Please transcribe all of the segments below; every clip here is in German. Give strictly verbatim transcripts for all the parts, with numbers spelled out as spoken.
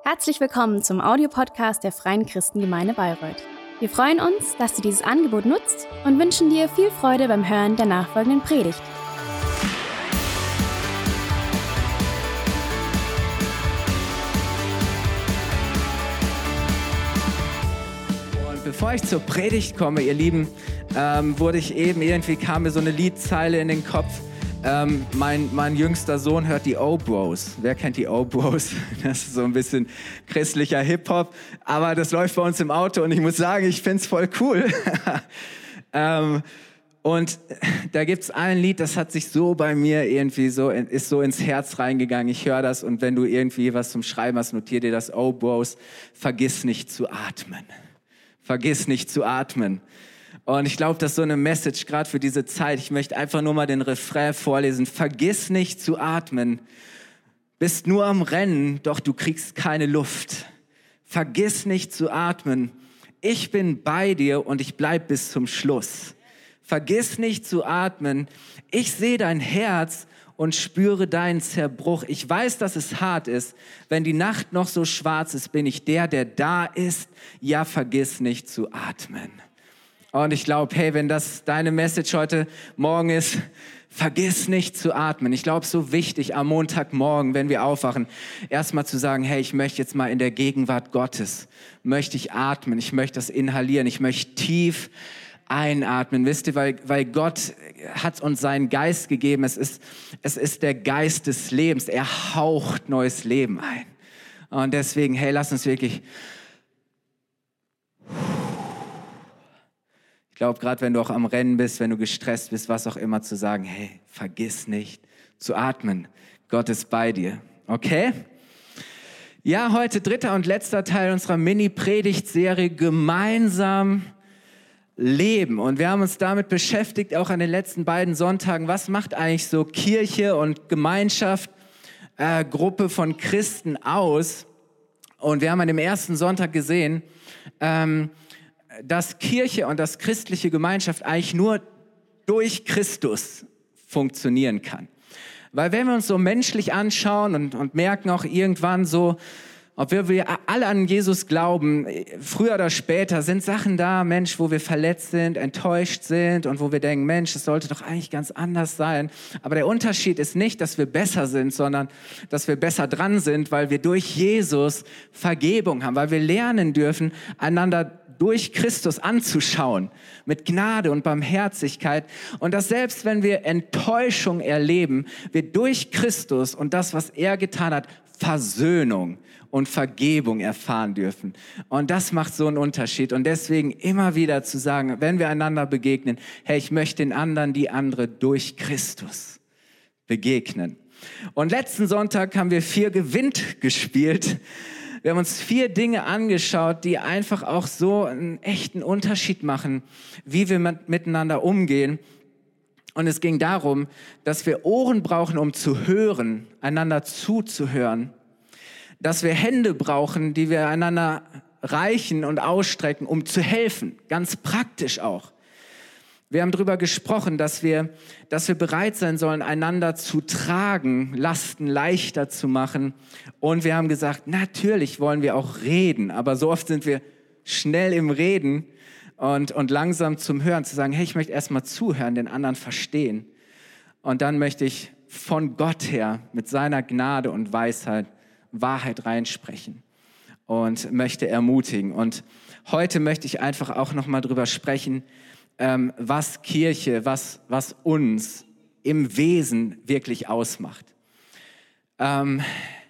Herzlich willkommen zum Audiopodcast der Freien Christengemeinde Bayreuth. Wir freuen uns, dass du dieses Angebot nutzt und wünschen dir viel Freude beim Hören der nachfolgenden Predigt. Und bevor ich zur Predigt komme, ihr Lieben, ähm, wurde ich eben, irgendwie kam mir so eine Liedzeile in den Kopf. Ähm, mein, mein jüngster Sohn hört die O-Bros. Wer kennt die O-Bros? Das ist so ein bisschen christlicher Hip-Hop, aber das läuft bei uns im Auto und ich muss sagen, ich find's voll cool. ähm, und da gibt's ein Lied, das hat sich so bei mir irgendwie so, ist so ins Herz reingegangen. Ich höre das und wenn du irgendwie was zum Schreiben hast, notier dir das O-Bros. Vergiss nicht zu atmen. Vergiss nicht zu atmen. Und ich glaube, das ist so eine Message gerade für diese Zeit. Ich möchte einfach nur mal den Refrain vorlesen. Vergiss nicht zu atmen. Bist nur am Rennen, doch du kriegst keine Luft. Vergiss nicht zu atmen. Ich bin bei dir und ich bleib bis zum Schluss. Vergiss nicht zu atmen. Ich sehe dein Herz und spüre deinen Zerbruch. Ich weiß, dass es hart ist. Wenn die Nacht noch so schwarz ist, bin ich der, der da ist. Ja, vergiss nicht zu atmen. Und ich glaube, hey, wenn das deine Message heute Morgen ist, vergiss nicht zu atmen. Ich glaube, es ist so wichtig, am Montagmorgen, wenn wir aufwachen, erstmal zu sagen, hey, ich möchte jetzt mal in der Gegenwart Gottes, möchte ich atmen, ich möchte das inhalieren, ich möchte tief einatmen. Wisst ihr, weil, weil Gott hat uns seinen Geist gegeben. Es ist, es ist der Geist des Lebens. Er haucht neues Leben ein. Und deswegen, hey, lass uns wirklich... Ich glaube, gerade wenn du auch am Rennen bist, wenn du gestresst bist, was auch immer, zu sagen, hey, vergiss nicht zu atmen. Gott ist bei dir. Okay? Ja, heute dritter und letzter Teil unserer Mini-Predigtserie Gemeinsam leben. Und wir haben uns damit beschäftigt, auch an den letzten beiden Sonntagen, was macht eigentlich so Kirche und Gemeinschaft, äh, Gruppe von Christen aus? Und wir haben an dem ersten Sonntag gesehen, ähm, dass Kirche und dass christliche Gemeinschaft eigentlich nur durch Christus funktionieren kann. Weil wenn wir uns so menschlich anschauen und, und merken auch irgendwann so, ob wir, wir alle an Jesus glauben, früher oder später sind Sachen da, Mensch, wo wir verletzt sind, enttäuscht sind und wo wir denken, Mensch, es sollte doch eigentlich ganz anders sein. Aber der Unterschied ist nicht, dass wir besser sind, sondern dass wir besser dran sind, weil wir durch Jesus Vergebung haben, weil wir lernen dürfen, einander durch Christus anzuschauen, mit Gnade und Barmherzigkeit. Und dass selbst wenn wir Enttäuschung erleben, wir durch Christus und das, was er getan hat, Versöhnung und Vergebung erfahren dürfen. Und das macht so einen Unterschied. Und deswegen immer wieder zu sagen, wenn wir einander begegnen, hey, ich möchte den anderen, die andere durch Christus begegnen. Und letzten Sonntag haben wir vier Gewinnt gespielt. Wir haben uns vier Dinge angeschaut, die einfach auch so einen echten Unterschied machen, wie wir miteinander umgehen. Und es ging darum, dass wir Ohren brauchen, um zu hören, einander zuzuhören. Dass wir Hände brauchen, die wir einander reichen und ausstrecken, um zu helfen. Ganz praktisch auch. Wir haben darüber gesprochen, dass wir, dass wir bereit sein sollen, einander zu tragen, Lasten leichter zu machen. Und wir haben gesagt, natürlich wollen wir auch reden, aber so oft sind wir schnell im Reden und, und langsam zum Hören, zu sagen, hey, ich möchte erstmal zuhören, den anderen verstehen. Und dann möchte ich von Gott her mit seiner Gnade und Weisheit Wahrheit reinsprechen und möchte ermutigen. Und heute möchte ich einfach auch nochmal drüber sprechen, Ähm, was Kirche, was, was uns im Wesen wirklich ausmacht. Ähm,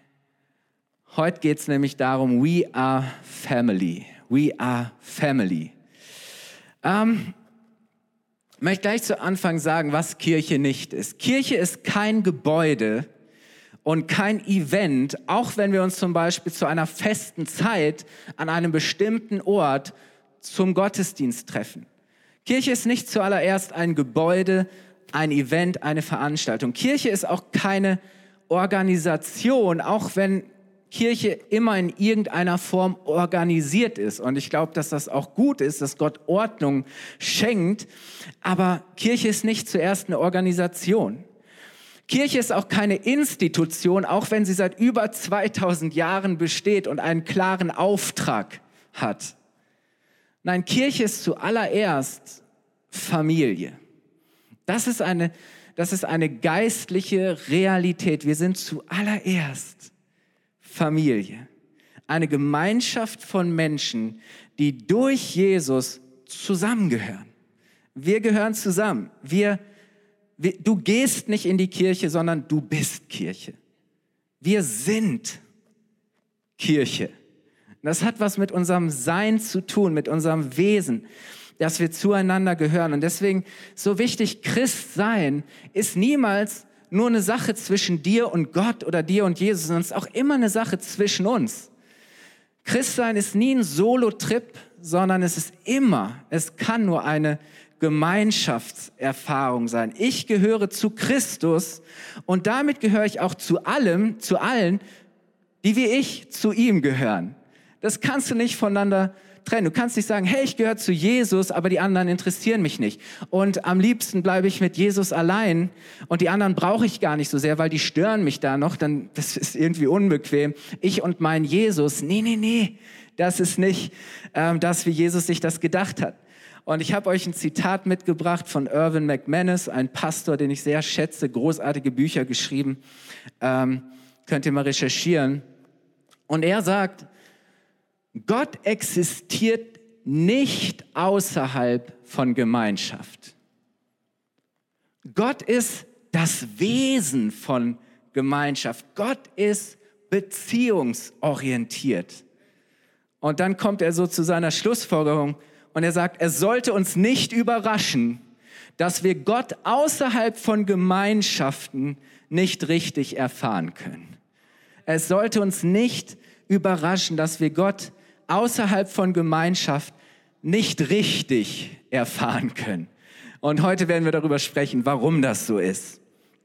heute geht es nämlich darum, we are family. We are family. Ähm, ich möchte gleich zu Anfang sagen, was Kirche nicht ist. Kirche ist kein Gebäude und kein Event, auch wenn wir uns zum Beispiel zu einer festen Zeit an einem bestimmten Ort zum Gottesdienst treffen. Kirche ist nicht zuallererst ein Gebäude, ein Event, eine Veranstaltung. Kirche ist auch keine Organisation, auch wenn Kirche immer in irgendeiner Form organisiert ist. Und ich glaube, dass das auch gut ist, dass Gott Ordnung schenkt. Aber Kirche ist nicht zuerst eine Organisation. Kirche ist auch keine Institution, auch wenn sie seit über zweitausend Jahren besteht und einen klaren Auftrag hat. Nein, Kirche ist zuallererst Familie. Das ist eine, das ist eine geistliche Realität. Wir sind zuallererst Familie. Eine Gemeinschaft von Menschen, die durch Jesus zusammengehören. Wir gehören zusammen. Wir, wir, du gehst nicht in die Kirche, sondern du bist Kirche. Wir sind Kirche. Das hat was mit unserem Sein zu tun, mit unserem Wesen, dass wir zueinander gehören. Und deswegen so wichtig, Christ sein ist niemals nur eine Sache zwischen dir und Gott oder dir und Jesus, sondern es ist auch immer eine Sache zwischen uns. Christsein ist nie ein Solo-Trip, sondern es ist immer, es kann nur eine Gemeinschaftserfahrung sein. Ich gehöre zu Christus und damit gehöre ich auch zu allem, zu allen, die wie ich zu ihm gehören. Das kannst du nicht voneinander trennen. Du kannst nicht sagen, hey, ich gehöre zu Jesus, aber die anderen interessieren mich nicht. Und am liebsten bleibe ich mit Jesus allein und die anderen brauche ich gar nicht so sehr, weil die stören mich da noch. Dann, das ist irgendwie unbequem. Ich und mein Jesus, nee, nee, nee, das ist nicht ähm, das, wie Jesus sich das gedacht hat. Und ich habe euch ein Zitat mitgebracht von Erwin McManus, ein Pastor, den ich sehr schätze, großartige Bücher geschrieben. Ähm, könnt ihr mal recherchieren. Und er sagt, Gott existiert nicht außerhalb von Gemeinschaft. Gott ist das Wesen von Gemeinschaft. Gott ist beziehungsorientiert. Und dann kommt er so zu seiner Schlussfolgerung und er sagt, es sollte uns nicht überraschen, dass wir Gott außerhalb von Gemeinschaften nicht richtig erfahren können. Es sollte uns nicht überraschen, dass wir Gott außerhalb von Gemeinschaft nicht richtig erfahren können. Und heute werden wir darüber sprechen, warum das so ist.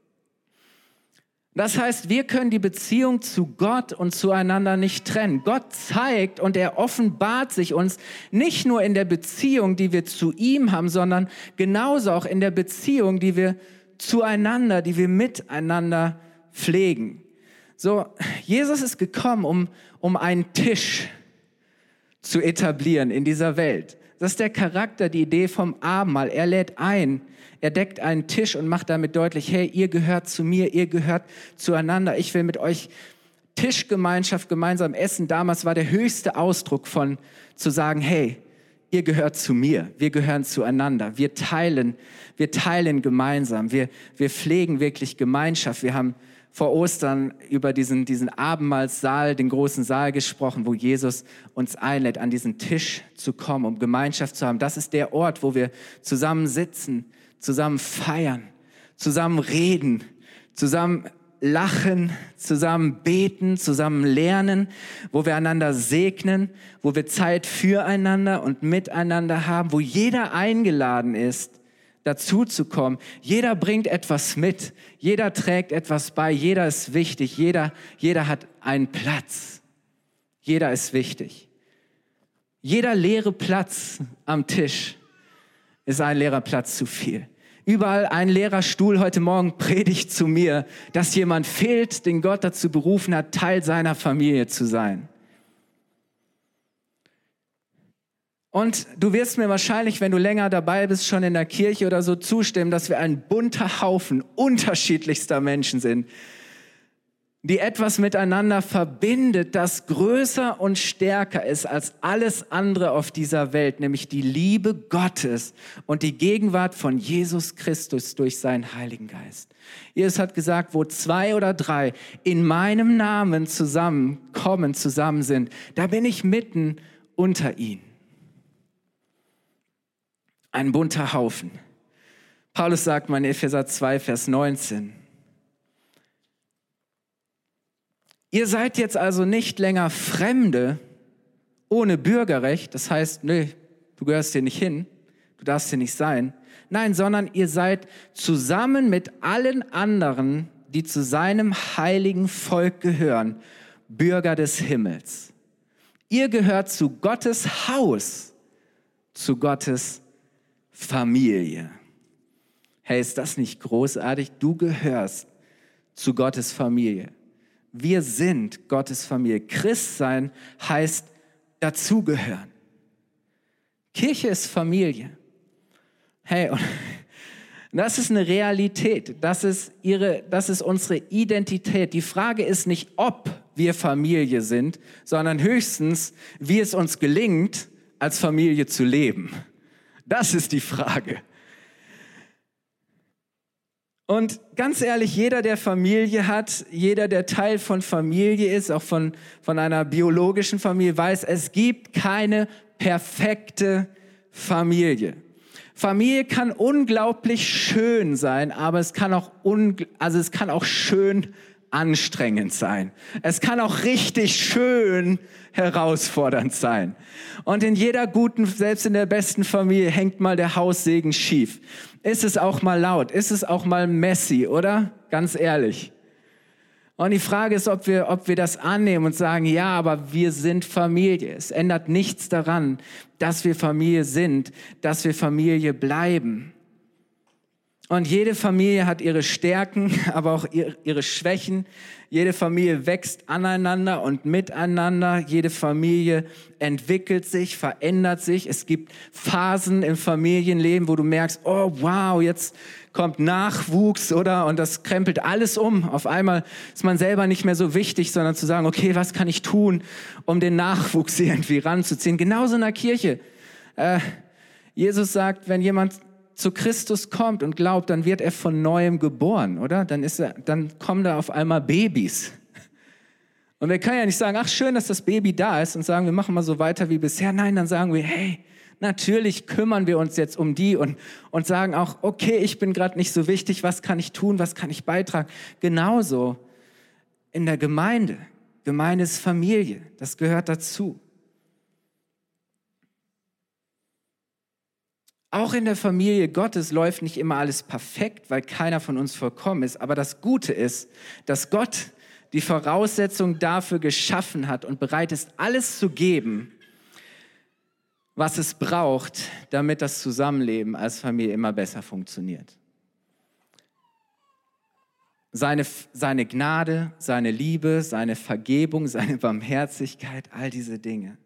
Das heißt, wir können die Beziehung zu Gott und zueinander nicht trennen. Gott zeigt und er offenbart sich uns nicht nur in der Beziehung, die wir zu ihm haben, sondern genauso auch in der Beziehung, die wir zueinander, die wir miteinander pflegen. So, Jesus ist gekommen, um, um einen Tisch zu etablieren in dieser Welt. Das ist der Charakter, die Idee vom Abendmahl. Er lädt ein, er deckt einen Tisch und macht damit deutlich, hey, ihr gehört zu mir, ihr gehört zueinander. Ich will mit euch Tischgemeinschaft gemeinsam essen. Damals war der höchste Ausdruck von zu sagen, hey, ihr gehört zu mir, wir gehören zueinander. Wir teilen, wir teilen gemeinsam, wir, wir pflegen wirklich Gemeinschaft. Wir haben vor Ostern über diesen, diesen Abendmahlsaal, den großen Saal gesprochen, wo Jesus uns einlädt, an diesen Tisch zu kommen, um Gemeinschaft zu haben. Das ist der Ort, wo wir zusammen sitzen, zusammen feiern, zusammen reden, zusammen lachen, zusammen beten, zusammen lernen, wo wir einander segnen, wo wir Zeit füreinander und miteinander haben, wo jeder eingeladen ist, dazu zu kommen. Jeder bringt etwas mit, jeder trägt etwas bei, jeder ist wichtig, jeder, jeder hat einen Platz. Jeder ist wichtig. Jeder leere Platz am Tisch ist ein leerer Platz zu viel. Überall ein leerer Stuhl heute Morgen predigt zu mir, dass jemand fehlt, den Gott dazu berufen hat, Teil seiner Familie zu sein. Und du wirst mir wahrscheinlich, wenn du länger dabei bist, schon in der Kirche oder so zustimmen, dass wir ein bunter Haufen unterschiedlichster Menschen sind, die etwas miteinander verbindet, das größer und stärker ist als alles andere auf dieser Welt, nämlich die Liebe Gottes und die Gegenwart von Jesus Christus durch seinen Heiligen Geist. Jesus hat gesagt, wo zwei oder drei in meinem Namen zusammenkommen, zusammen sind, da bin ich mitten unter ihnen. Ein bunter Haufen. Paulus sagt mal in Epheser zwei, Vers neunzehn. Ihr seid jetzt also nicht länger Fremde ohne Bürgerrecht. Das heißt, nö, du gehörst hier nicht hin, du darfst hier nicht sein. Nein, sondern ihr seid zusammen mit allen anderen, die zu seinem heiligen Volk gehören, Bürger des Himmels. Ihr gehört zu Gottes Haus, zu Gottes Familie. Hey, ist das nicht großartig? Du gehörst zu Gottes Familie. Wir sind Gottes Familie. Christsein heißt dazugehören. Kirche ist Familie. Hey, und das ist eine Realität. Das ist ihre, das ist unsere Identität. Die Frage ist nicht, ob wir Familie sind, sondern höchstens, wie es uns gelingt, als Familie zu leben. Das ist die Frage. Und ganz ehrlich, jeder, der Familie hat, jeder, der Teil von Familie ist, auch von, von einer biologischen Familie, weiß, es gibt keine perfekte Familie. Familie kann unglaublich schön sein, aber es kann auch, ungl- also es kann auch schön anstrengend sein. Es kann auch richtig schön herausfordernd sein. Und in jeder guten, selbst in der besten Familie, hängt mal der Haussegen schief. Ist es auch mal laut? Ist es auch mal messy, oder? Ganz ehrlich. Und die Frage ist, ob wir, ob wir das annehmen und sagen, ja, aber wir sind Familie. Es ändert nichts daran, dass wir Familie sind, dass wir Familie bleiben. Und jede Familie hat ihre Stärken, aber auch ihre Schwächen. Jede Familie wächst aneinander und miteinander. Jede Familie entwickelt sich, verändert sich. Es gibt Phasen im Familienleben, wo du merkst, oh wow, jetzt kommt Nachwuchs, oder? Und das krempelt alles um. Auf einmal ist man selber nicht mehr so wichtig, sondern zu sagen, okay, was kann ich tun, um den Nachwuchs irgendwie ranzuziehen? Genauso in der Kirche. Äh, Jesus sagt, wenn jemand zu Christus kommt und glaubt, dann wird er von Neuem geboren, oder? Dann ist er, dann kommen da auf einmal Babys. Und wir können ja nicht sagen, ach schön, dass das Baby da ist und sagen, wir machen mal so weiter wie bisher. Nein, dann sagen wir, hey, natürlich kümmern wir uns jetzt um die und, und sagen auch, okay, ich bin gerade nicht so wichtig, was kann ich tun, was kann ich beitragen? Genauso in der Gemeinde. Gemeinde ist Familie, das gehört dazu. Auch in der Familie Gottes läuft nicht immer alles perfekt, weil keiner von uns vollkommen ist. Aber das Gute ist, dass Gott die Voraussetzung dafür geschaffen hat und bereit ist, alles zu geben, was es braucht, damit das Zusammenleben als Familie immer besser funktioniert. Seine, seine Gnade, seine Liebe, seine Vergebung, seine Barmherzigkeit, all diese Dinge.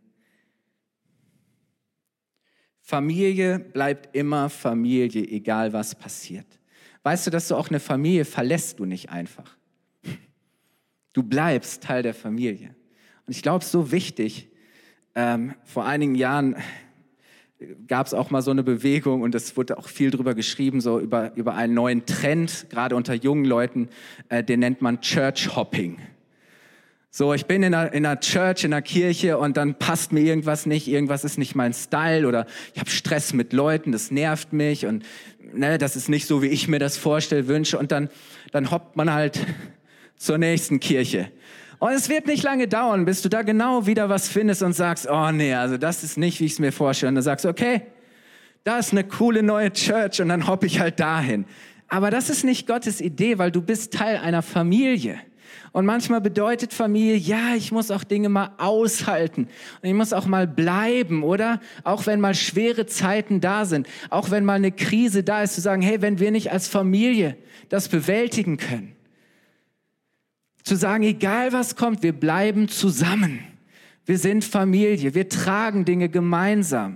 Familie bleibt immer Familie, egal was passiert. Weißt du, dass du auch eine Familie verlässt du nicht einfach. Du bleibst Teil der Familie. Und ich glaube, es ist so wichtig. Ähm, vor einigen Jahren gab es auch mal so eine Bewegung und es wurde auch viel drüber geschrieben, so über, über einen neuen Trend, gerade unter jungen Leuten, äh, den nennt man Church Hopping. So, ich bin in einer, in einer Church, in einer Kirche und dann passt mir irgendwas nicht, irgendwas ist nicht mein Style oder ich habe Stress mit Leuten, das nervt mich und ne, das ist nicht so, wie ich mir das vorstelle, wünsche und dann, dann hoppt man halt zur nächsten Kirche. Und es wird nicht lange dauern, bis du da genau wieder was findest und sagst, oh nee, also das ist nicht, wie ich es mir vorstelle. Und dann sagst du, okay, da ist eine coole neue Church und dann hoppe ich halt dahin. Aber das ist nicht Gottes Idee, weil du bist Teil einer Familie. Und manchmal bedeutet Familie, ja, ich muss auch Dinge mal aushalten. Und ich muss auch mal bleiben, oder? Auch wenn mal schwere Zeiten da sind. Auch wenn mal eine Krise da ist, zu sagen, hey, wenn wir nicht als Familie das bewältigen können. Zu sagen, egal was kommt, wir bleiben zusammen. Wir sind Familie, wir tragen Dinge gemeinsam.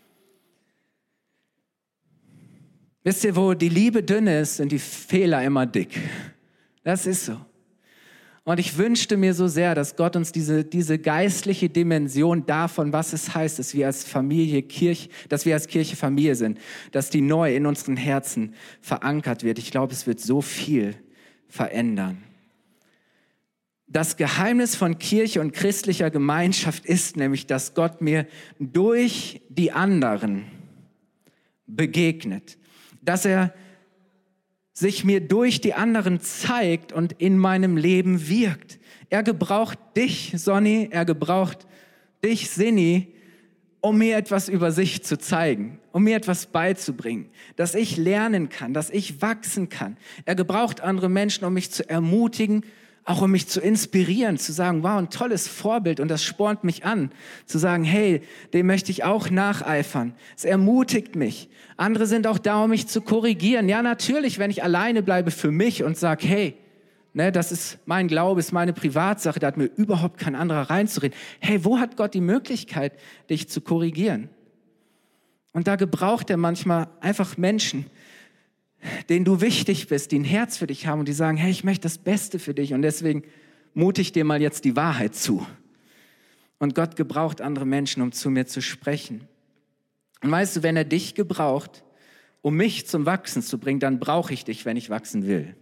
Wisst ihr, wo die Liebe dünn ist, sind die Fehler immer dick. Das ist so. Und ich wünschte mir so sehr, dass Gott uns diese, diese geistliche Dimension davon, was es heißt, dass wir als Familie Kirche, dass wir als Kirche Familie sind, dass die neu in unseren Herzen verankert wird. Ich glaube, es wird so viel verändern. Das Geheimnis von Kirche und christlicher Gemeinschaft ist nämlich, dass Gott mir durch die anderen begegnet, dass er sich mir durch die anderen zeigt und in meinem Leben wirkt. Er gebraucht dich, Sonny, er gebraucht dich, Sinni, um mir etwas über sich zu zeigen, um mir etwas beizubringen, dass ich lernen kann, dass ich wachsen kann. Er gebraucht andere Menschen, um mich zu ermutigen, auch um mich zu inspirieren, zu sagen, wow, ein tolles Vorbild und das spornt mich an, zu sagen, hey, dem möchte ich auch nacheifern. Es ermutigt mich. Andere sind auch da, um mich zu korrigieren. Ja, natürlich, wenn ich alleine bleibe für mich und sage, hey, Ne, das ist mein Glaube, ist meine Privatsache, da hat mir überhaupt kein anderer reinzureden. Hey, wo hat Gott die Möglichkeit, dich zu korrigieren? Und da gebraucht er manchmal einfach Menschen, denen du wichtig bist, die ein Herz für dich haben und die sagen, hey, ich möchte das Beste für dich und deswegen mute ich dir mal jetzt die Wahrheit zu. Und Gott gebraucht andere Menschen, um zu mir zu sprechen. Und weißt du, wenn er dich gebraucht, um mich zum Wachsen zu bringen, dann brauche ich dich, wenn ich wachsen will.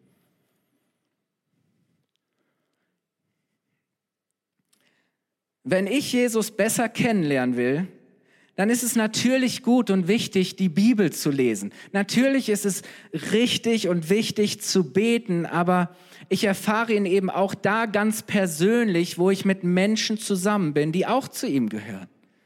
Wenn ich Jesus besser kennenlernen will, dann ist es natürlich gut und wichtig, die Bibel zu lesen. Natürlich ist es richtig und wichtig zu beten, aber ich erfahre ihn eben auch da ganz persönlich, wo ich mit Menschen zusammen bin, die auch zu ihm gehören.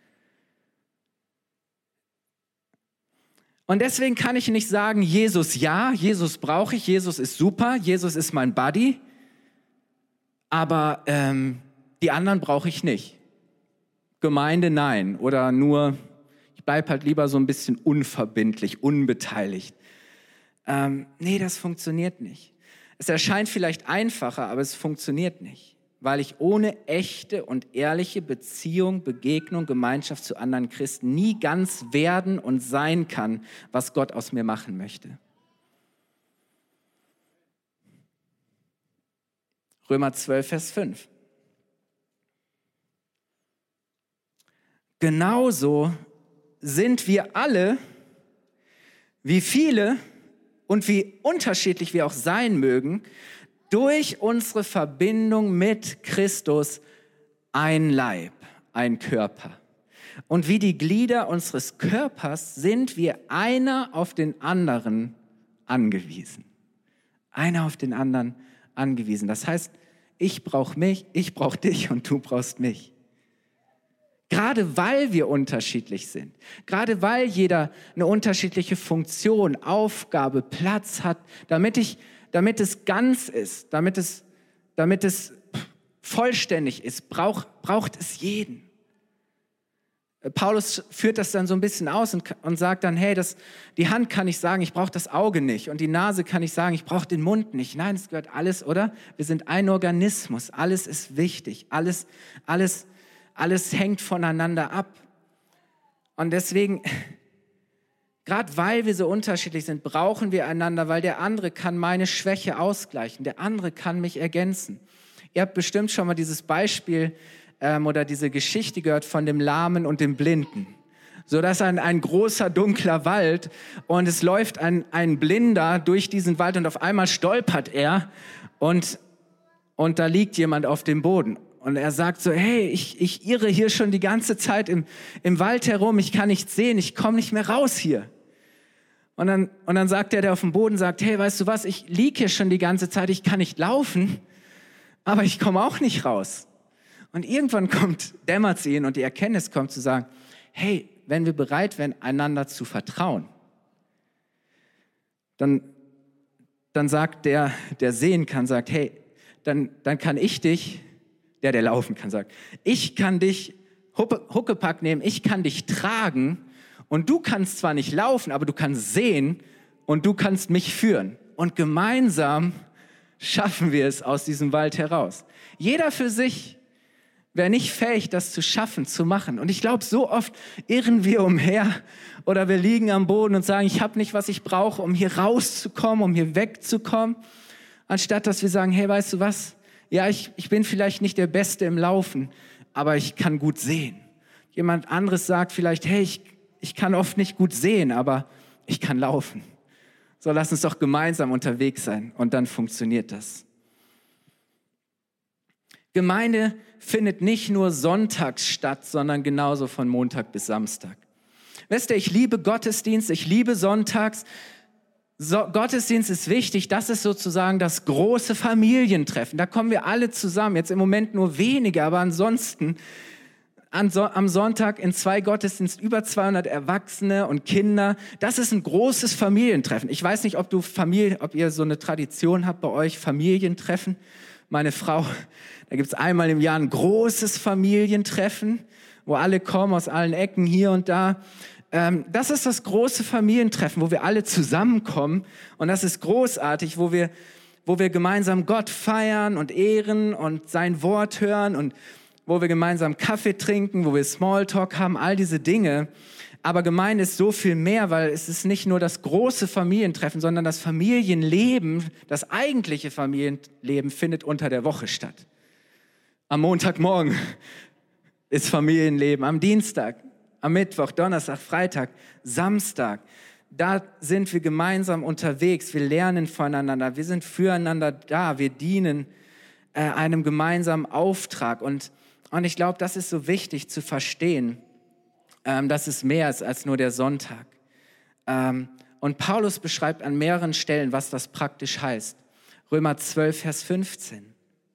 Und deswegen kann ich nicht sagen, Jesus ja, Jesus brauche ich, Jesus ist super, Jesus ist mein Buddy, aber ähm, die anderen brauche ich nicht. Gemeinde nein oder nur, ich bleibe halt lieber so ein bisschen unverbindlich, unbeteiligt. Ähm, nee, das funktioniert nicht. Es erscheint vielleicht einfacher, aber es funktioniert nicht, weil ich ohne echte und ehrliche Beziehung, Begegnung, Gemeinschaft zu anderen Christen nie ganz werden und sein kann, was Gott aus mir machen möchte. Römer zwölf, Vers fünf. Genauso sind wir alle, wie viele und wie unterschiedlich wir auch sein mögen, durch unsere Verbindung mit Christus ein Leib, ein Körper. Und wie die Glieder unseres Körpers sind wir einer auf den anderen angewiesen. Einer auf den anderen angewiesen. Das heißt, ich brauche mich, ich brauche dich und du brauchst mich. Gerade weil wir unterschiedlich sind, gerade weil jeder eine unterschiedliche Funktion, Aufgabe, Platz hat, damit, ich, damit es ganz ist, damit es, damit es vollständig ist, brauch, braucht es jeden. Paulus führt das dann so ein bisschen aus und, und sagt dann, hey, das, die Hand kann ich sagen, ich brauche das Auge nicht und die Nase kann ich sagen, ich brauche den Mund nicht. Nein, es gehört alles, oder? Wir sind ein Organismus, alles ist wichtig, alles, alles Alles hängt voneinander ab. Und deswegen, gerade weil wir so unterschiedlich sind, brauchen wir einander, weil der andere kann meine Schwäche ausgleichen. Der andere kann mich ergänzen. Ihr habt bestimmt schon mal dieses Beispiel ähm, oder diese Geschichte gehört von dem Lahmen und dem Blinden. So, das ist ein, ein großer, dunkler Wald und es läuft ein, ein Blinder durch diesen Wald und auf einmal stolpert er und, und da liegt jemand auf dem Boden. Und er sagt so, hey, ich, ich irre hier schon die ganze Zeit im, im Wald herum, ich kann nichts sehen, ich komme nicht mehr raus hier. Und dann, und dann sagt der, der auf dem Boden sagt, hey, weißt du was, ich liege hier schon die ganze Zeit, ich kann nicht laufen, aber ich komme auch nicht raus. Und irgendwann kommt, dämmert es ihnen und die Erkenntnis kommt zu sagen, hey, wenn wir bereit wären, einander zu vertrauen, dann, dann sagt der, der sehen kann, sagt, hey, dann, dann kann ich dich, der, der laufen kann, sagt, ich kann dich Huckepack nehmen, ich kann dich tragen und du kannst zwar nicht laufen, aber du kannst sehen und du kannst mich führen. Und gemeinsam schaffen wir es aus diesem Wald heraus. Jeder für sich wäre nicht fähig, das zu schaffen, zu machen. Und ich glaube, so oft irren wir umher oder wir liegen am Boden und sagen, ich habe nicht, was ich brauche, um hier rauszukommen, um hier wegzukommen, anstatt dass wir sagen, hey, weißt du was? Ja, ich, ich bin vielleicht nicht der Beste im Laufen, aber ich kann gut sehen. Jemand anderes sagt vielleicht, hey, ich, ich kann oft nicht gut sehen, aber ich kann laufen. So, lass uns doch gemeinsam unterwegs sein und dann funktioniert das. Gemeinde findet nicht nur sonntags statt, sondern genauso von Montag bis Samstag. Wisst ihr, ich liebe Gottesdienst, ich liebe sonntags. So, Gottesdienst ist wichtig, das ist sozusagen das große Familientreffen. Da kommen wir alle zusammen, jetzt im Moment nur wenige, aber ansonsten an so, am Sonntag in zwei Gottesdiensten über zweihundert Erwachsene und Kinder. Das ist ein großes Familientreffen. Ich weiß nicht, ob, du Familie, ob ihr so eine Tradition habt bei euch, Familientreffen. Meine Frau, da gibt es einmal im Jahr ein großes Familientreffen, wo alle kommen aus allen Ecken hier und da. Das ist das große Familientreffen, wo wir alle zusammenkommen und das ist großartig, wo wir, wo wir gemeinsam Gott feiern und ehren und sein Wort hören und wo wir gemeinsam Kaffee trinken, wo wir Smalltalk haben, all diese Dinge. Aber Gemeinde ist so viel mehr, weil es ist nicht nur das große Familientreffen, sondern das Familienleben, das eigentliche Familienleben findet unter der Woche statt. Am Montagmorgen ist Familienleben, am Dienstag, am Mittwoch, Donnerstag, Freitag, Samstag. Da sind wir gemeinsam unterwegs, wir lernen voneinander, wir sind füreinander da, wir dienen äh, einem gemeinsamen Auftrag. Und, und ich glaube, das ist so wichtig zu verstehen, ähm, dass es mehr ist als nur der Sonntag. Ähm, und Paulus beschreibt an mehreren Stellen, was das praktisch heißt. Römer zwölf, Vers fünfzehn.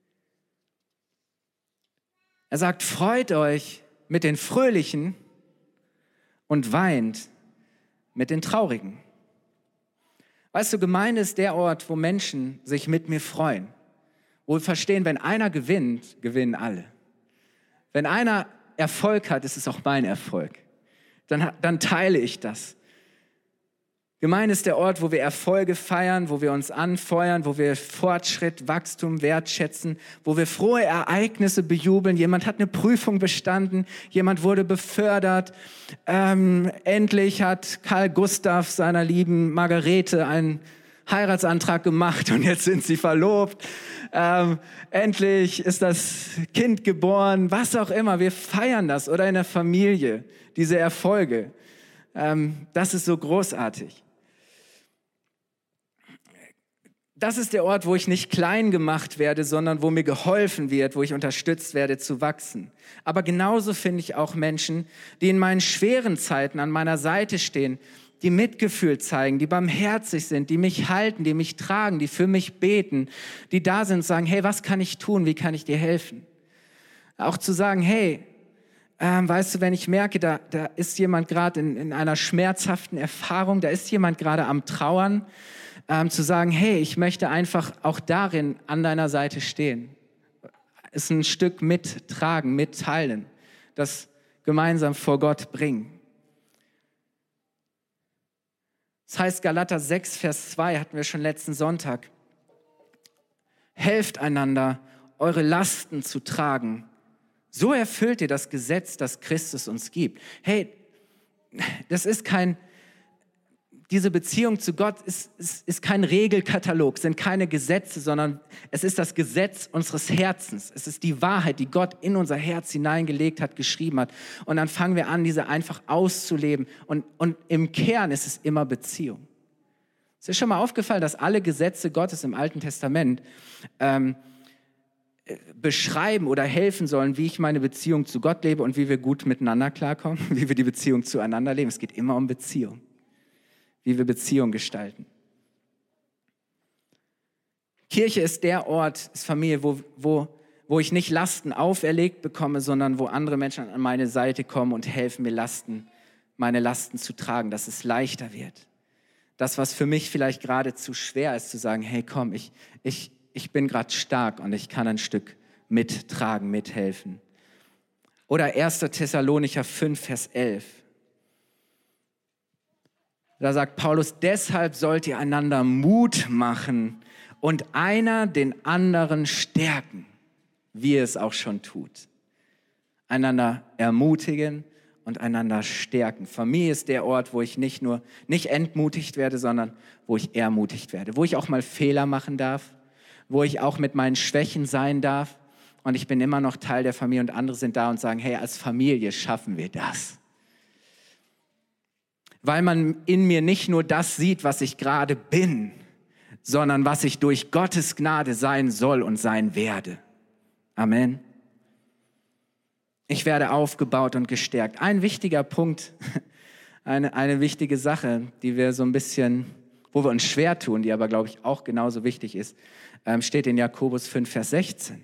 Er sagt, freut euch mit den Fröhlichen und weint mit den Traurigen. Weißt du, Gemeinde ist der Ort, wo Menschen sich mit mir freuen. Wo wir verstehen, wenn einer gewinnt, gewinnen alle. Wenn einer Erfolg hat, ist es auch mein Erfolg. Dann, dann teile ich das. Gemeinde ist der Ort, wo wir Erfolge feiern, wo wir uns anfeuern, wo wir Fortschritt, Wachstum wertschätzen, wo wir frohe Ereignisse bejubeln. Jemand hat eine Prüfung bestanden, jemand wurde befördert. Ähm, endlich hat Karl Gustav seiner lieben Margarete einen Heiratsantrag gemacht und jetzt sind sie verlobt. Ähm, endlich ist das Kind geboren, was auch immer. Wir feiern das oder in der Familie, diese Erfolge. Ähm, das ist so großartig. Das ist der Ort, wo ich nicht klein gemacht werde, sondern wo mir geholfen wird, wo ich unterstützt werde zu wachsen. Aber genauso finde ich auch Menschen, die in meinen schweren Zeiten an meiner Seite stehen, die Mitgefühl zeigen, die barmherzig sind, die mich halten, die mich tragen, die für mich beten, die da sind und sagen, hey, was kann ich tun, wie kann ich dir helfen? Auch zu sagen, hey, ähm, weißt du, wenn ich merke, da, da ist jemand gerade in, in einer schmerzhaften Erfahrung, da ist jemand gerade am Trauern, Ähm, zu sagen, hey, ich möchte einfach auch darin an deiner Seite stehen. Es ein Stück mittragen, mitteilen, das gemeinsam vor Gott bringen. Das heißt, Galater sechs, Vers zwei hatten wir schon letzten Sonntag. Helft einander, eure Lasten zu tragen. So erfüllt ihr das Gesetz, das Christus uns gibt. Hey, das ist kein... Diese Beziehung zu Gott ist, ist, ist kein Regelkatalog, sind keine Gesetze, sondern es ist das Gesetz unseres Herzens. Es ist die Wahrheit, die Gott in unser Herz hineingelegt hat, geschrieben hat. Und dann fangen wir an, diese einfach auszuleben. Und, und im Kern ist es immer Beziehung. Es ist schon mal aufgefallen, dass alle Gesetze Gottes im Alten Testament ähm, beschreiben oder helfen sollen, wie ich meine Beziehung zu Gott lebe und wie wir gut miteinander klarkommen, wie wir die Beziehung zueinander leben. Es geht immer um Beziehung. Wie wir Beziehung gestalten. Kirche ist der Ort, ist Familie, wo, wo, wo ich nicht Lasten auferlegt bekomme, sondern wo andere Menschen an meine Seite kommen und helfen mir Lasten, meine Lasten zu tragen, dass es leichter wird. Das, was für mich vielleicht gerade zu schwer ist, zu sagen, hey komm, ich, ich, ich bin gerade stark und ich kann ein Stück mittragen, mithelfen. Oder erster Thessalonicher fünf, Vers elf. Da sagt Paulus, deshalb sollt ihr einander Mut machen und einer den anderen stärken, wie ihr es auch schon tut. Einander ermutigen und einander stärken. Familie ist der Ort, wo ich nicht nur, nicht entmutigt werde, sondern wo ich ermutigt werde. Wo ich auch mal Fehler machen darf, wo ich auch mit meinen Schwächen sein darf. Und ich bin immer noch Teil der Familie und andere sind da und sagen, hey, als Familie schaffen wir das. Weil man in mir nicht nur das sieht, was ich gerade bin, sondern was ich durch Gottes Gnade sein soll und sein werde. Amen. Ich werde aufgebaut und gestärkt. Ein wichtiger Punkt, eine, eine wichtige Sache, die wir so ein bisschen, wo wir uns schwer tun, die aber, glaube ich, auch genauso wichtig ist, ähm, steht in Jakobus fünf, Vers sechzehn.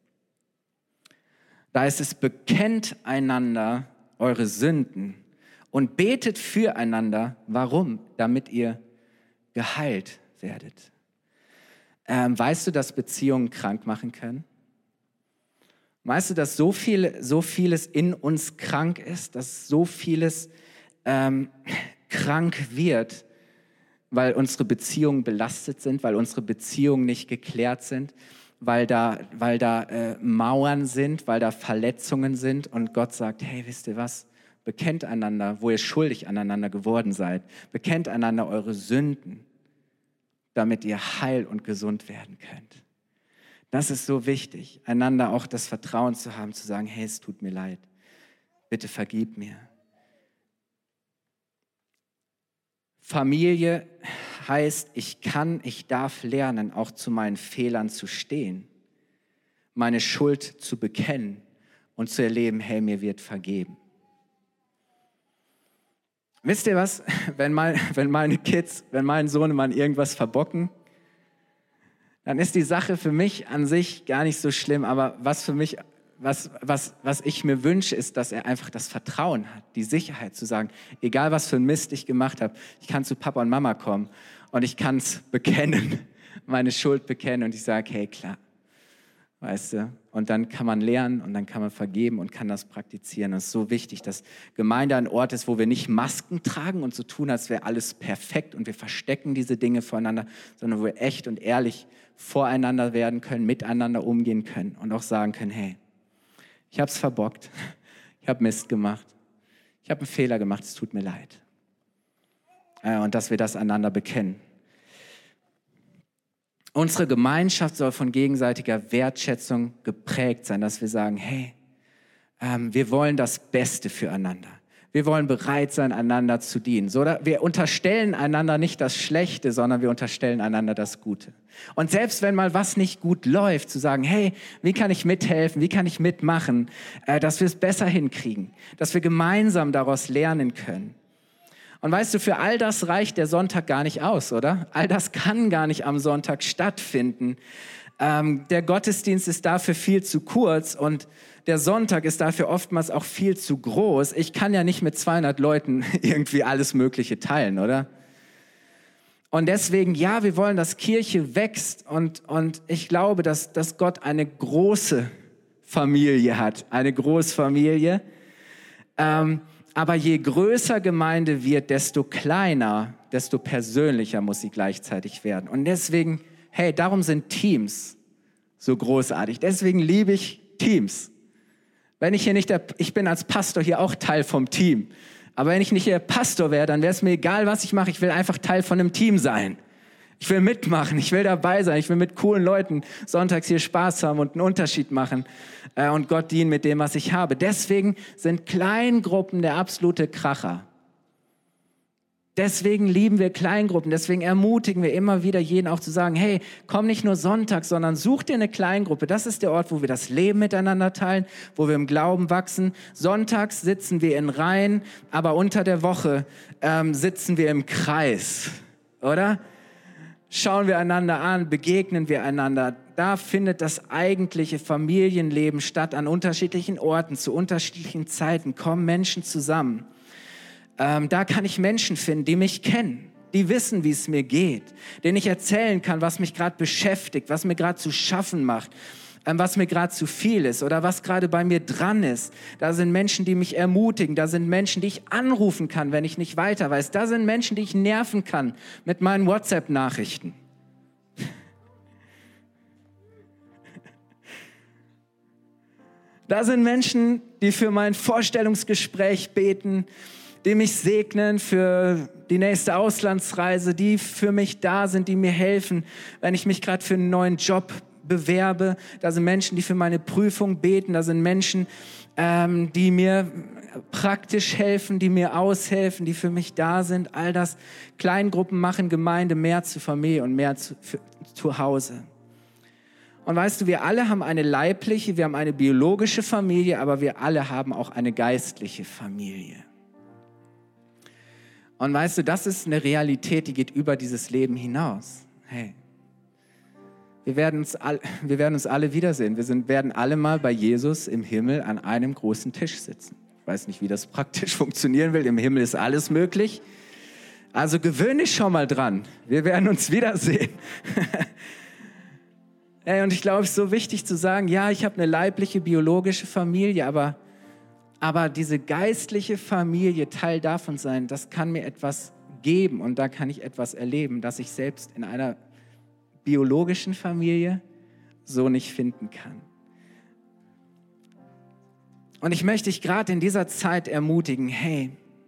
Da ist es, bekennt einander eure Sünden und betet füreinander. Warum? Damit ihr geheilt werdet. Ähm, weißt du, dass Beziehungen krank machen können? Weißt du, dass so viel, so vieles in uns krank ist, dass so vieles ähm, krank wird, weil unsere Beziehungen belastet sind, weil unsere Beziehungen nicht geklärt sind, weil da, weil da äh, Mauern sind, weil da Verletzungen sind und Gott sagt, hey, wisst ihr was? Bekennt einander, wo ihr schuldig aneinander geworden seid. Bekennt einander eure Sünden, damit ihr heil und gesund werden könnt. Das ist so wichtig, einander auch das Vertrauen zu haben, zu sagen, hey, es tut mir leid, bitte vergib mir. Familie heißt, ich kann, ich darf lernen, auch zu meinen Fehlern zu stehen, meine Schuld zu bekennen und zu erleben, hey, mir wird vergeben. Wisst ihr was, wenn, mein, wenn meine Kids, wenn mein Sohnemann irgendwas verbocken, dann ist die Sache für mich an sich gar nicht so schlimm, aber was für mich, was, was, was ich mir wünsche, ist, dass er einfach das Vertrauen hat, die Sicherheit zu sagen, egal was für ein Mist ich gemacht habe, ich kann zu Papa und Mama kommen und ich kann es bekennen, meine Schuld bekennen und ich sage, hey, klar, weißt du, und dann kann man lernen und dann kann man vergeben und kann das praktizieren. Es ist so wichtig, dass Gemeinde ein Ort ist, wo wir nicht Masken tragen und so tun, als wäre alles perfekt und wir verstecken diese Dinge voreinander, sondern wo wir echt und ehrlich voreinander werden können, miteinander umgehen können und auch sagen können, hey, ich habe es verbockt, ich habe Mist gemacht, ich habe einen Fehler gemacht, es tut mir leid. Und dass wir das einander bekennen. Unsere Gemeinschaft soll von gegenseitiger Wertschätzung geprägt sein, dass wir sagen, hey, ähm, wir wollen das Beste füreinander. Wir wollen bereit sein, einander zu dienen. So, wir unterstellen einander nicht das Schlechte, sondern wir unterstellen einander das Gute. Und selbst wenn mal was nicht gut läuft, zu sagen, hey, wie kann ich mithelfen, wie kann ich mitmachen, äh, dass wir es besser hinkriegen, dass wir gemeinsam daraus lernen können. Und weißt du, für all das reicht der Sonntag gar nicht aus, oder? All das kann gar nicht am Sonntag stattfinden. Ähm, der Gottesdienst ist dafür viel zu kurz und der Sonntag ist dafür oftmals auch viel zu groß. Ich kann ja nicht mit zweihundert Leuten irgendwie alles Mögliche teilen, oder? Und deswegen, ja, wir wollen, dass Kirche wächst und, und ich glaube, dass, dass Gott eine große Familie hat, eine Großfamilie. Ähm, Aber je größer Gemeinde wird, desto kleiner, desto persönlicher muss sie gleichzeitig werden. Und deswegen, hey, darum sind Teams so großartig. Deswegen liebe ich Teams. Wenn ich hier nicht der, ich bin als Pastor hier auch Teil vom Team. Aber wenn ich nicht der Pastor wäre, dann wäre es mir egal, was ich mache. Ich will einfach Teil von einem Team sein. Ich will mitmachen, ich will dabei sein, ich will mit coolen Leuten sonntags hier Spaß haben und einen Unterschied machen äh, und Gott dienen mit dem, was ich habe. Deswegen sind Kleingruppen der absolute Kracher. Deswegen lieben wir Kleingruppen, deswegen ermutigen wir immer wieder jeden auch zu sagen, hey, komm nicht nur Sonntag, sondern such dir eine Kleingruppe. Das ist der Ort, wo wir das Leben miteinander teilen, wo wir im Glauben wachsen. Sonntags sitzen wir in Reihen, aber unter der Woche ähm, sitzen wir im Kreis, oder? Schauen wir einander an, begegnen wir einander. Da findet das eigentliche Familienleben statt, an unterschiedlichen Orten, zu unterschiedlichen Zeiten kommen Menschen zusammen. Ähm, da kann ich Menschen finden, die mich kennen, die wissen, wie es mir geht, denen ich erzählen kann, was mich gerade beschäftigt, was mir gerade zu schaffen macht, ähm, was mir gerade zu viel ist oder was gerade bei mir dran ist. Da sind Menschen, die mich ermutigen, da sind Menschen, die ich anrufen kann, wenn ich nicht weiter weiß. Da sind Menschen, die ich nerven kann mit meinen WhatsApp-Nachrichten. Da sind Menschen, die für mein Vorstellungsgespräch beten, die mich segnen für die nächste Auslandsreise, die für mich da sind, die mir helfen, wenn ich mich gerade für einen neuen Job bewerbe. Da sind Menschen, die für meine Prüfung beten. Da sind Menschen, ähm, die mir praktisch helfen, die mir aushelfen, die für mich da sind. All das. Kleingruppen machen Gemeinde mehr zu Familie und mehr zu, für, zu Hause. Und weißt du, wir alle haben eine leibliche, wir haben eine biologische Familie, aber wir alle haben auch eine geistliche Familie. Und weißt du, das ist eine Realität, die geht über dieses Leben hinaus. Hey, wir werden uns, all, wir werden uns alle wiedersehen. Wir sind, werden alle mal bei Jesus im Himmel an einem großen Tisch sitzen. Ich weiß nicht, wie das praktisch funktionieren will. Im Himmel ist alles möglich. Also gewöhn dich schon mal dran. Wir werden uns wiedersehen. Hey, und ich glaube, es ist so wichtig zu sagen, ja, ich habe eine leibliche, biologische Familie, aber Aber diese geistliche Familie, Teil davon sein, das kann mir etwas geben und da kann ich etwas erleben, das ich selbst in einer biologischen Familie so nicht finden kann. Und ich möchte dich gerade in dieser Zeit ermutigen, hey,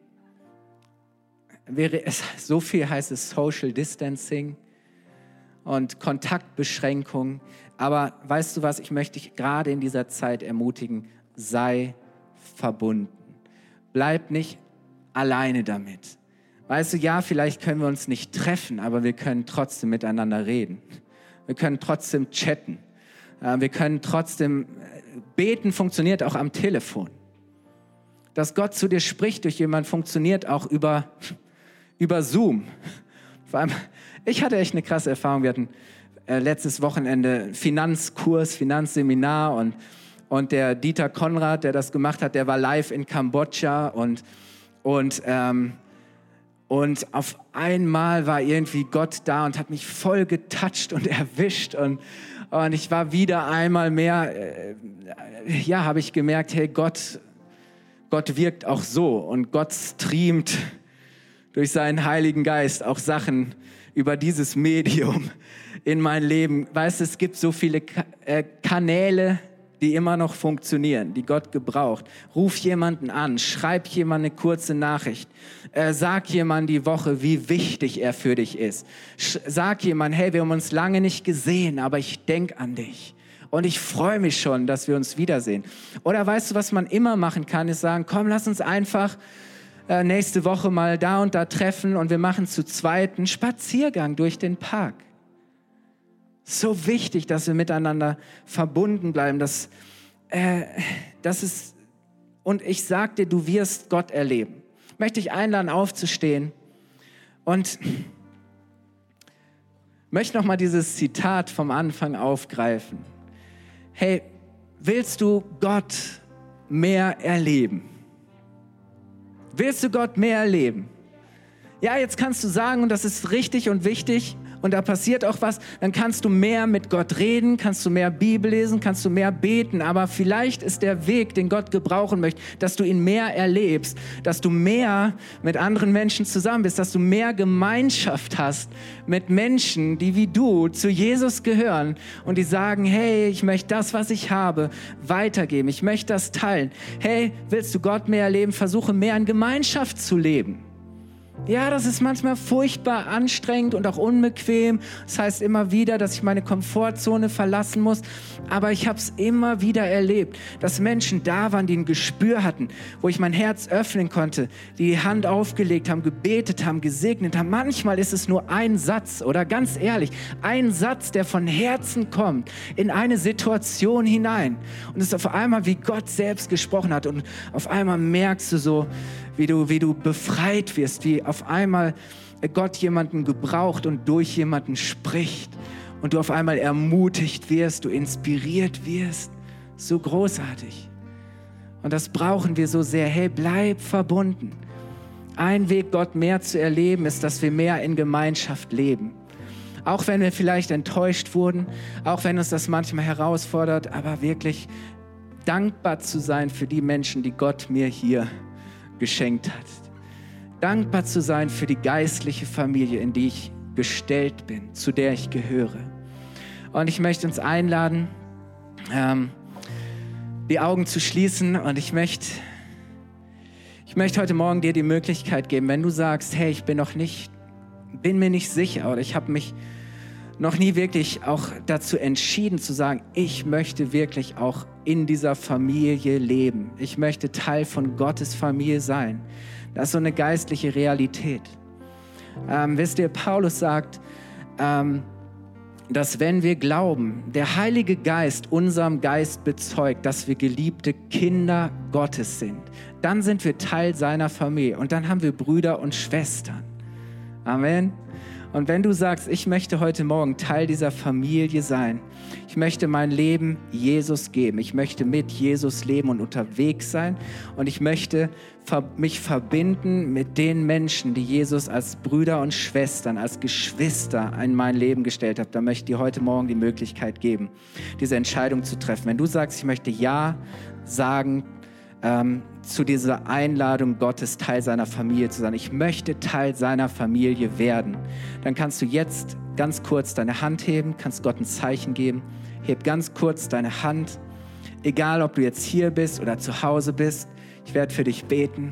wäre es, so viel heißt es Social Distancing und Kontaktbeschränkung, aber weißt du was, ich möchte dich gerade in dieser Zeit ermutigen, sei verbunden. Bleib nicht alleine damit. Weißt du, ja, vielleicht können wir uns nicht treffen, aber wir können trotzdem miteinander reden. Wir können trotzdem chatten. Wir können trotzdem beten, funktioniert auch am Telefon. Dass Gott zu dir spricht durch jemanden, funktioniert auch über, über Zoom. Vor allem, ich hatte echt eine krasse Erfahrung. Wir hatten äh, letztes Wochenende Finanzkurs, Finanzseminar und, und der Dieter Konrad, der das gemacht hat, der war live in Kambodscha und, und, ähm, und auf einmal war irgendwie Gott da und hat mich voll getoucht und erwischt und Und ich war wieder einmal mehr, äh, ja, habe ich gemerkt, hey, Gott, Gott wirkt auch so und Gott streamt durch seinen Heiligen Geist auch Sachen über dieses Medium in mein Leben. Weißt du, es gibt so viele Ka- äh, Kanäle, die immer noch funktionieren, die Gott gebraucht. Ruf jemanden an, schreib jemand eine kurze Nachricht, äh, sag jemand die Woche, wie wichtig er für dich ist. Sch- sag jemand, hey, wir haben uns lange nicht gesehen, aber ich denk an dich. Und ich freue mich schon, dass wir uns wiedersehen. Oder weißt du, was man immer machen kann, ist sagen, komm, lass uns einfach äh, nächste Woche mal da und da treffen und wir machen zu zweit einen Spaziergang durch den Park. So wichtig, dass wir miteinander verbunden bleiben. Dass, äh, das ist, und ich sag dir, du wirst Gott erleben. Ich möchte dich einladen, aufzustehen und möchte noch mal dieses Zitat vom Anfang aufgreifen. Hey, willst du Gott mehr erleben? Willst du Gott mehr erleben? Ja, jetzt kannst du sagen, und das ist richtig und wichtig, und da passiert auch was, dann kannst du mehr mit Gott reden, kannst du mehr Bibel lesen, kannst du mehr beten, aber vielleicht ist der Weg, den Gott gebrauchen möchte, dass du ihn mehr erlebst, dass du mehr mit anderen Menschen zusammen bist, dass du mehr Gemeinschaft hast mit Menschen, die wie du zu Jesus gehören und die sagen, hey, ich möchte das, was ich habe, weitergeben, ich möchte das teilen. Hey, willst du Gott mehr erleben? Versuche mehr in Gemeinschaft zu leben. Ja, das ist manchmal furchtbar anstrengend und auch unbequem. Das heißt immer wieder, dass ich meine Komfortzone verlassen muss. Aber ich habe es immer wieder erlebt, dass Menschen da waren, die ein Gespür hatten, wo ich mein Herz öffnen konnte, die die Hand aufgelegt haben, gebetet haben, gesegnet haben. Manchmal ist es nur ein Satz oder ganz ehrlich, ein Satz, der von Herzen kommt in eine Situation hinein. Und es ist auf einmal, wie Gott selbst gesprochen hat. Und auf einmal merkst du so, wie du, wie du befreit wirst, wie auf einmal Gott jemanden gebraucht und durch jemanden spricht und du auf einmal ermutigt wirst, du inspiriert wirst. So großartig. Und das brauchen wir so sehr. Hey, bleib verbunden. Ein Weg, Gott mehr zu erleben, ist, dass wir mehr in Gemeinschaft leben. Auch wenn wir vielleicht enttäuscht wurden, auch wenn uns das manchmal herausfordert, aber wirklich dankbar zu sein für die Menschen, die Gott mir hier geschenkt hat. Dankbar zu sein für die geistliche Familie, in die ich gestellt bin, zu der ich gehöre. Und ich möchte uns einladen, ähm, die Augen zu schließen und ich möchte, ich möchte heute Morgen dir die Möglichkeit geben, wenn du sagst, hey, ich bin noch nicht, bin mir nicht sicher oder ich habe mich noch nie wirklich auch dazu entschieden zu sagen, ich möchte wirklich auch in dieser Familie leben. Ich möchte Teil von Gottes Familie sein. Das ist so eine geistliche Realität. Ähm, wisst ihr, Paulus sagt, ähm, dass wenn wir glauben, der Heilige Geist unserem Geist bezeugt, dass wir geliebte Kinder Gottes sind, dann sind wir Teil seiner Familie und dann haben wir Brüder und Schwestern. Amen. Und wenn du sagst, ich möchte heute Morgen Teil dieser Familie sein, ich möchte mein Leben Jesus geben, ich möchte mit Jesus leben und unterwegs sein und ich möchte mich verbinden mit den Menschen, die Jesus als Brüder und Schwestern, als Geschwister in mein Leben gestellt hat, dann möchte ich dir heute Morgen die Möglichkeit geben, diese Entscheidung zu treffen. Wenn du sagst, ich möchte Ja sagen ähm, zu dieser Einladung Gottes, Teil seiner Familie zu sein. Ich möchte Teil seiner Familie werden. Dann kannst du jetzt ganz kurz deine Hand heben, kannst Gott ein Zeichen geben. Heb ganz kurz deine Hand, egal ob du jetzt hier bist oder zu Hause bist. Ich werde für dich beten.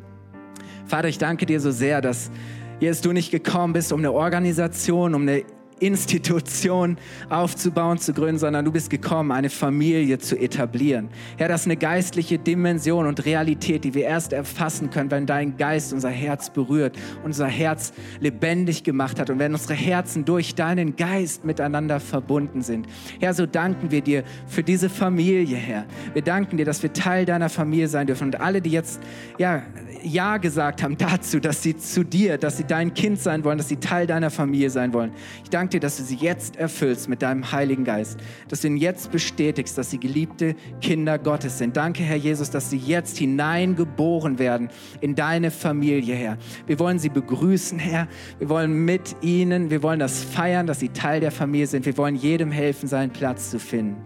Vater, ich danke dir so sehr, dass Jesus, du nicht gekommen bist, um eine Organisation, um eine Institution aufzubauen, zu gründen, sondern du bist gekommen, eine Familie zu etablieren. Herr, das ist eine geistliche Dimension und Realität, die wir erst erfassen können, wenn dein Geist unser Herz berührt, unser Herz lebendig gemacht hat und wenn unsere Herzen durch deinen Geist miteinander verbunden sind. Herr, so danken wir dir für diese Familie, Herr. Wir danken dir, dass wir Teil deiner Familie sein dürfen und alle, die jetzt ja, Ja gesagt haben dazu, dass sie zu dir, dass sie dein Kind sein wollen, dass sie Teil deiner Familie sein wollen. Ich danke dir, dass du sie jetzt erfüllst mit deinem Heiligen Geist, dass du ihnen jetzt bestätigst, dass sie geliebte Kinder Gottes sind. Danke, Herr Jesus, dass sie jetzt hineingeboren werden in deine Familie, Herr. Wir wollen sie begrüßen, Herr. Wir wollen mit ihnen, wir wollen das feiern, dass sie Teil der Familie sind. Wir wollen jedem helfen, seinen Platz zu finden.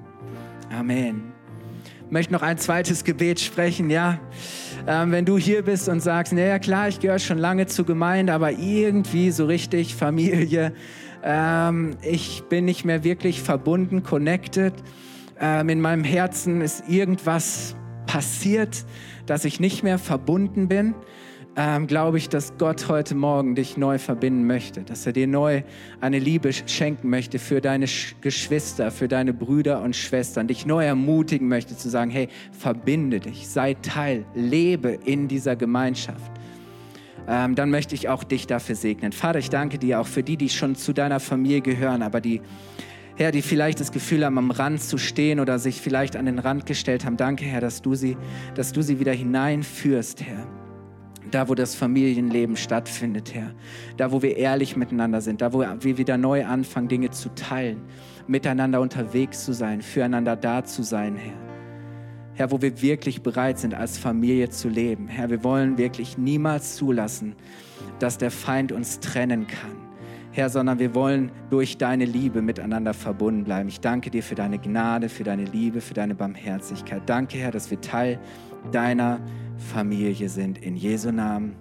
Amen. Ich möchte noch ein zweites Gebet sprechen, ja. Ähm, wenn du hier bist und sagst, naja klar, ich gehöre schon lange zur Gemeinde, aber irgendwie so richtig Familie, ähm, ich bin nicht mehr wirklich verbunden, connected. Ähm, in meinem Herzen ist irgendwas passiert, dass ich nicht mehr verbunden bin. Ähm, glaube ich, dass Gott heute Morgen dich neu verbinden möchte, dass er dir neu eine Liebe schenken möchte für deine Sch- Geschwister, für deine Brüder und Schwestern, dich neu ermutigen möchte zu sagen, hey, verbinde dich, sei Teil, lebe in dieser Gemeinschaft. Ähm, dann möchte ich auch dich dafür segnen. Vater, ich danke dir auch für die, die schon zu deiner Familie gehören, aber die, Herr, die vielleicht das Gefühl haben, am Rand zu stehen oder sich vielleicht an den Rand gestellt haben. Danke, Herr, dass du sie, dass du sie wieder hineinführst, Herr. Da, wo das Familienleben stattfindet, Herr. Da, wo wir ehrlich miteinander sind. Da, wo wir wieder neu anfangen, Dinge zu teilen. Miteinander unterwegs zu sein, füreinander da zu sein, Herr. Herr, wo wir wirklich bereit sind, als Familie zu leben. Herr, wir wollen wirklich niemals zulassen, dass der Feind uns trennen kann. Herr, sondern wir wollen durch deine Liebe miteinander verbunden bleiben. Ich danke dir für deine Gnade, für deine Liebe, für deine Barmherzigkeit. Danke, Herr, dass wir Teil deiner Familie sind. In Jesu Namen.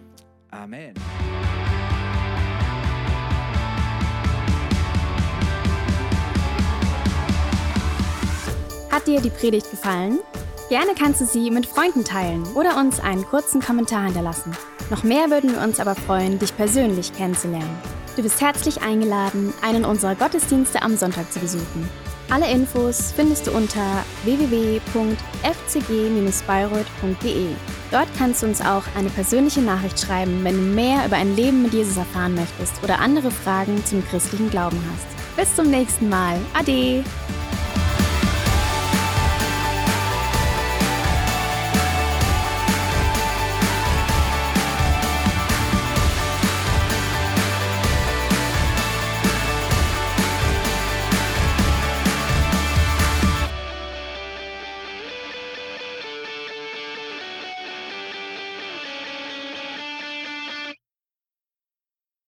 Amen. Hat dir die Predigt gefallen? Gerne kannst du sie mit Freunden teilen oder uns einen kurzen Kommentar hinterlassen. Noch mehr würden wir uns aber freuen, dich persönlich kennenzulernen. Du bist herzlich eingeladen, einen unserer Gottesdienste am Sonntag zu besuchen. Alle Infos findest du unter w w w punkt f c g Bindestrich bayreuth punkt d e. Dort kannst du uns auch eine persönliche Nachricht schreiben, wenn du mehr über ein Leben mit Jesus erfahren möchtest oder andere Fragen zum christlichen Glauben hast. Bis zum nächsten Mal. Ade!